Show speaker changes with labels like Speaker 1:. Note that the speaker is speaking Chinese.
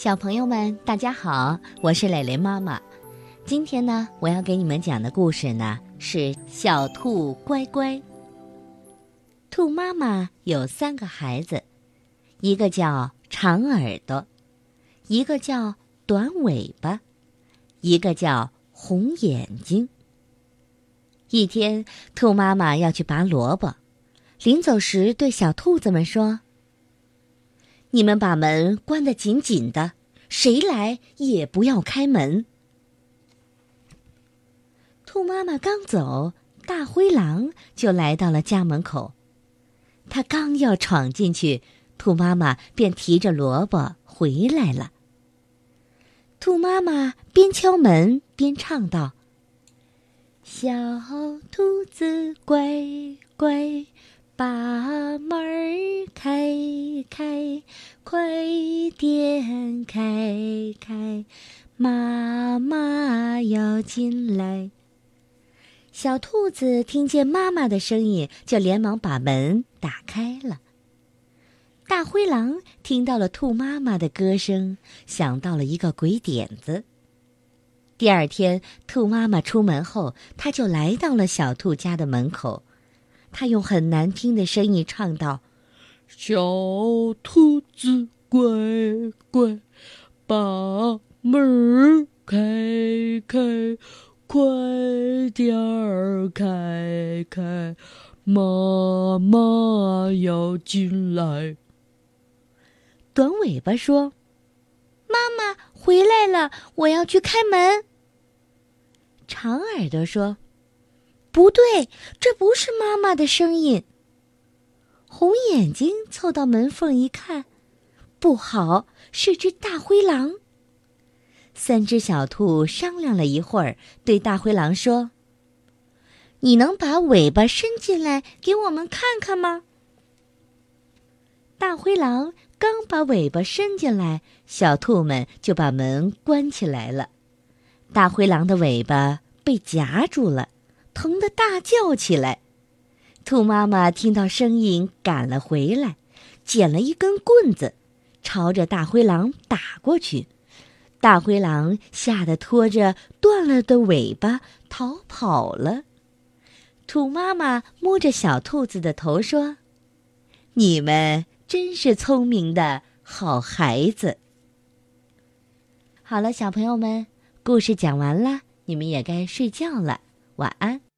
Speaker 1: 小朋友们，大家好，我是蕾蕾妈妈。今天呢，我要给你们讲的故事呢，是小兔乖乖。兔妈妈有3个孩子，一个叫长耳朵，一个叫短尾巴，一个叫红眼睛。一天，兔妈妈要去拔萝卜，临走时对小兔子们说：你们把门关得紧紧的，谁来也不要开门。兔妈妈刚走，大灰狼就来到了家门口。他刚要闯进去，兔妈妈便提着萝卜回来了。兔妈妈边敲门边唱道：小兔子乖乖，把门儿开开，快点开开，妈妈要进来。小兔子听见妈妈的声音，就连忙把门打开了。大灰狼听到了兔妈妈的歌声，想到了一个鬼点子。第二天，兔妈妈出门后，他就来到了小兔家的门口。他用很难听的声音唱道：小兔子乖乖，把门儿开开，快点儿开开，妈妈要进来。短尾巴说：妈妈回来了，我要去开门。长耳朵说：不对，这不是妈妈的声音。红眼睛凑到门缝一看，不好，是只大灰狼。3只小兔商量了一会儿，对大灰狼说：你能把尾巴伸进来给我们看看吗？大灰狼刚把尾巴伸进来，小兔们就把门关起来了。大灰狼的尾巴被夹住了，疼得大叫起来。兔妈妈听到声音赶了回来，捡了一根棍子，朝着大灰狼打过去。大灰狼吓得拖着断了的尾巴逃跑了。兔妈妈摸着小兔子的头说：你们真是聪明的好孩子。好了，小朋友们，故事讲完了，你们也该睡觉了，晚安。